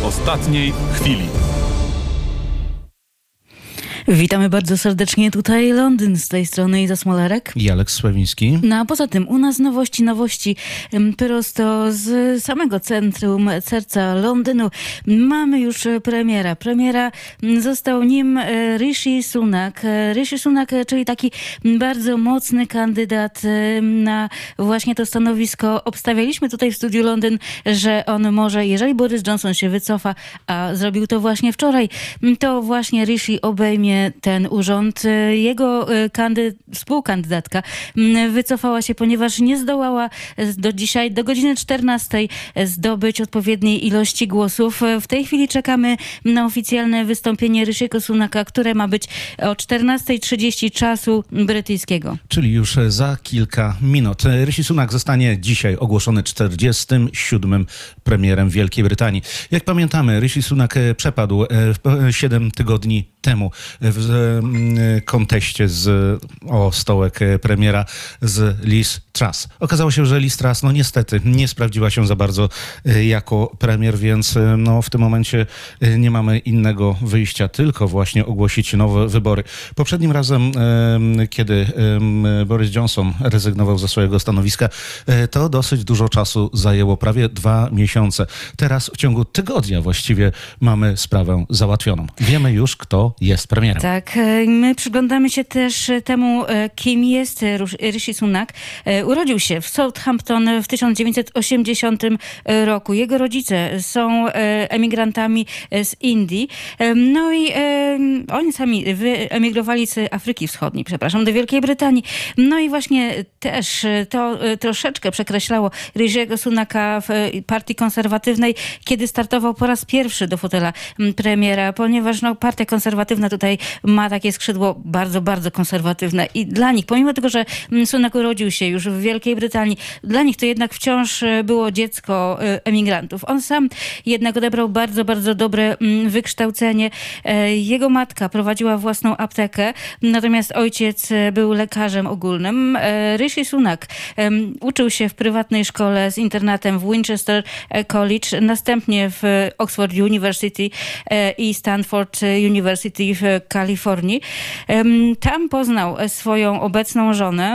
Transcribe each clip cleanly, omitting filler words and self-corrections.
ostatniej chwili. Witamy bardzo serdecznie, tutaj Londyn, z tej strony Iza Smolarek i Aleks Sławiński. No a poza tym u nas nowości prosto z samego centrum, serca Londynu. Mamy już premiera. Został nim Rishi Sunak. Rishi Sunak, czyli taki bardzo mocny kandydat na właśnie to stanowisko. Obstawialiśmy tutaj w studiu Londyn, że on może, jeżeli Boris Johnson się wycofa, a zrobił to właśnie wczoraj, to właśnie Rishi obejmie ten urząd. Jego współkandydatka wycofała się, ponieważ nie zdołała do dzisiaj, do godziny 14 zdobyć odpowiedniej ilości głosów. W tej chwili czekamy na oficjalne wystąpienie Rishiego Sunaka, które ma być o 14:30 czasu brytyjskiego. Czyli już za kilka minut. Rishi Sunak zostanie dzisiaj ogłoszony 47. premierem Wielkiej Brytanii. Jak pamiętamy, Rishi Sunak przepadł 7 tygodni temu w konteście o stołek premiera z Liz Truss. Okazało się, że Liz Truss niestety nie sprawdziła się za bardzo jako premier, więc w tym momencie nie mamy innego wyjścia, tylko właśnie ogłosić nowe wybory. Poprzednim razem, kiedy Boris Johnson rezygnował ze swojego stanowiska, to dosyć dużo czasu zajęło, prawie 2 miesiące. Teraz w ciągu tygodnia właściwie mamy sprawę załatwioną. Wiemy już, kto jest premierem. Tak, my przyglądamy się też temu, kim jest Rishi Sunak. Urodził się w Southampton w 1980 roku. Jego rodzice są emigrantami z Indii. No i oni sami wyemigrowali z Afryki Wschodniej, do Wielkiej Brytanii. No i właśnie też to troszeczkę przekreślało Rishiego Sunaka w partii konserwatywnej, kiedy startował po raz pierwszy do fotela premiera, ponieważ partia konserwatywna tutaj ma takie skrzydło bardzo, bardzo konserwatywne i dla nich, pomimo tego, że Sunak urodził się już w Wielkiej Brytanii, dla nich to jednak wciąż było dziecko emigrantów. On sam jednak odebrał bardzo, bardzo dobre wykształcenie. Jego matka prowadziła własną aptekę, natomiast ojciec był lekarzem ogólnym. Rishi Sunak uczył się w prywatnej szkole z internatem w Winchester College, następnie w Oxford University i Stanford University w Kalifornii. Tam poznał swoją obecną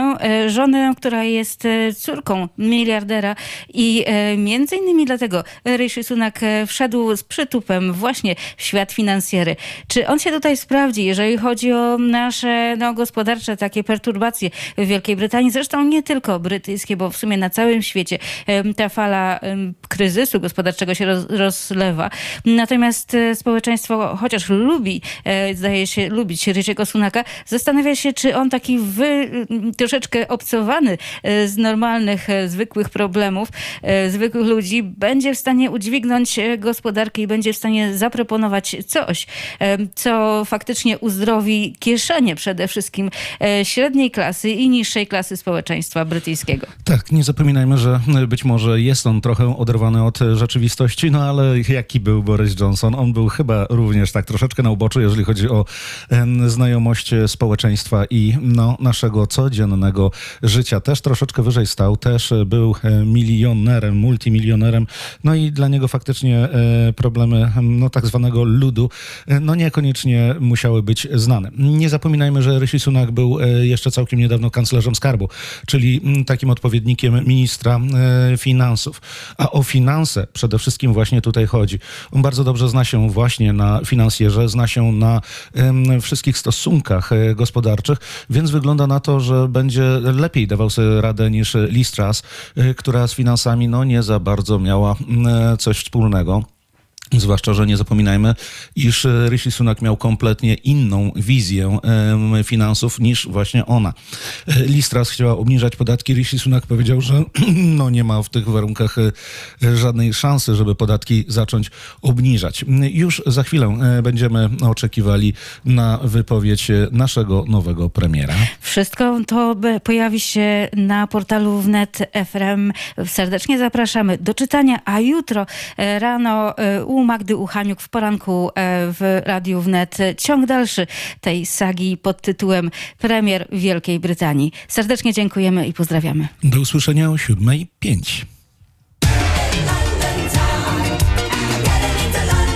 żonę, która jest córką miliardera i między innymi dlatego Rishi Sunak wszedł z przytupem właśnie w świat finansjery. Czy on się tutaj sprawdzi, jeżeli chodzi o nasze gospodarcze takie perturbacje w Wielkiej Brytanii, zresztą nie tylko brytyjskie, bo w sumie na całym świecie ta fala kryzysu gospodarczego się rozlewa. Natomiast społeczeństwo, chociaż zdaje się lubić Rishiego Sunaka, zastanawia się, czy on taki troszeczkę obcowany z normalnych, zwykłych problemów, zwykłych ludzi, będzie w stanie udźwignąć gospodarkę i będzie w stanie zaproponować coś, co faktycznie uzdrowi kieszenie przede wszystkim średniej klasy i niższej klasy społeczeństwa brytyjskiego. Tak, nie zapominajmy, że być może jest on trochę oderwany od rzeczywistości, ale jaki był Boris Johnson? On był chyba również tak troszeczkę na uboczu, jeżeli chodzi o znajomość społeczeństwa i naszego codziennego życia. Też troszeczkę wyżej stał, też był milionerem, multimilionerem, i dla niego faktycznie problemy tak zwanego ludu niekoniecznie musiały być znane. Nie zapominajmy, że Rishi Sunak był jeszcze całkiem niedawno kanclerzem skarbu, czyli takim odpowiednikiem ministra finansów. A o finanse przede wszystkim właśnie tutaj chodzi. On bardzo dobrze zna się właśnie na finansjerze, zna się na wszystkich stosunkach gospodarczych, więc wygląda na to, że będzie lepiej dawał sobie radę niż Liz Truss, która z finansami nie za bardzo miała coś wspólnego. Zwłaszcza, że nie zapominajmy, iż Rishi Sunak miał kompletnie inną wizję finansów niż właśnie ona. Liz Truss chciała obniżać podatki. Rishi Sunak powiedział, że nie ma w tych warunkach żadnej szansy, żeby podatki zacząć obniżać. Już za chwilę będziemy oczekiwali na wypowiedź naszego nowego premiera. Wszystko to pojawi się na portalu wnet.fm. Serdecznie zapraszamy do czytania, a jutro rano u Magdy Uchaniuk w poranku w Radiu Wnet ciąg dalszy tej sagi pod tytułem Premier Wielkiej Brytanii. Serdecznie dziękujemy i pozdrawiamy. Do usłyszenia o 7:05.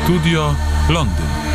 Studio Londyn.